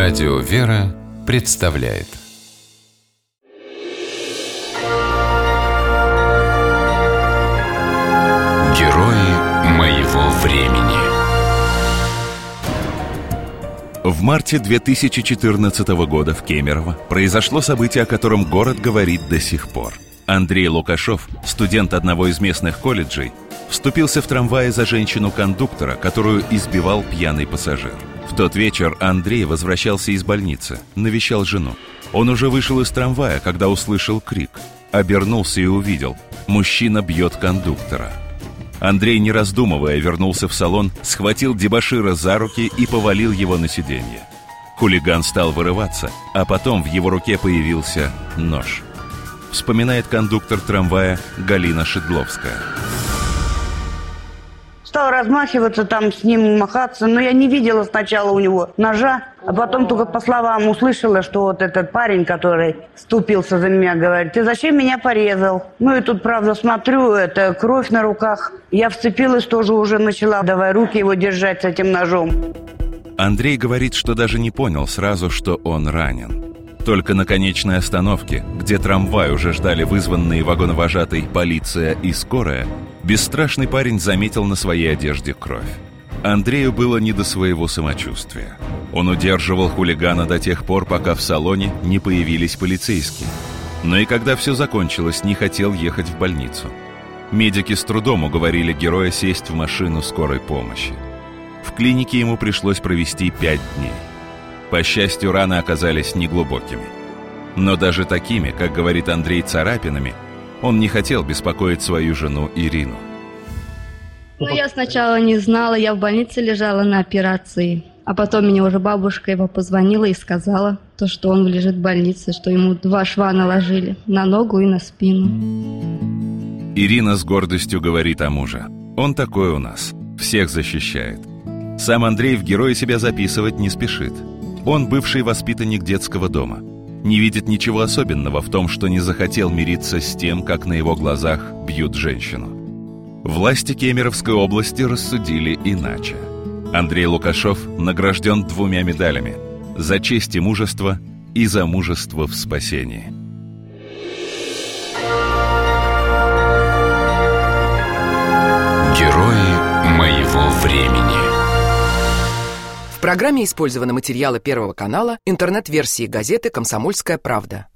Радио «Вера» представляет Герои моего времени. В марте 2014 года в Кемерово произошло событие, о котором город говорит до сих пор. Андрей Лукашов, студент одного из местных колледжей, вступился в трамвае за женщину-кондуктора, которую избивал пьяный пассажир. В тот вечер Андрей возвращался из больницы, навещал жену. Он уже вышел из трамвая, когда услышал крик. Обернулся и увидел: мужчина бьет кондуктора. Андрей, не раздумывая, вернулся в салон, схватил дебошира за руки и повалил его на сиденье. Хулиган стал вырываться, а потом в его руке появился нож. Вспоминает кондуктор трамвая Галина Шедловская. Стал размахиваться там, с ним махаться, но я не видела сначала у него ножа, а потом только по словам услышала, что вот этот парень, который вступился за меня, говорит: ты зачем меня порезал? Ну и тут, правда, смотрю, это кровь на руках. Я вцепилась тоже, уже начала давай руки его держать с этим ножом. Андрей говорит, что даже не понял сразу, что он ранен. Только на конечной остановке, где трамвай уже ждали вызванные вагоновожатой полиция и скорая, бесстрашный парень заметил на своей одежде кровь. Андрею было не до своего самочувствия. Он удерживал хулигана до тех пор, пока в салоне не появились полицейские. Но и когда все закончилось, не хотел ехать в больницу. Медики с трудом уговорили героя сесть в машину скорой помощи. В клинике ему пришлось провести 5 дней. По счастью, раны оказались неглубокими. Но даже такими, как говорит Андрей, царапинами, он не хотел беспокоить свою жену Ирину. Я сначала не знала, я в больнице лежала на операции. А потом мне уже бабушка его позвонила и сказала, что он лежит в больнице, что ему 2 шва наложили на ногу и на спину. Ирина с гордостью говорит о муже: он такой у нас, всех защищает. Сам Андрей в героя себя записывать не спешит. Он бывший воспитанник детского дома. Не видит ничего особенного в том, что не захотел мириться с тем, как на его глазах бьют женщину. Власти Кемеровской области рассудили иначе. Андрей Лукашов награжден 2 медалями: за честь и мужество и за мужество в спасении. Герои моего времени. В программе использованы материалы Первого канала, интернет-версии газеты «Комсомольская правда».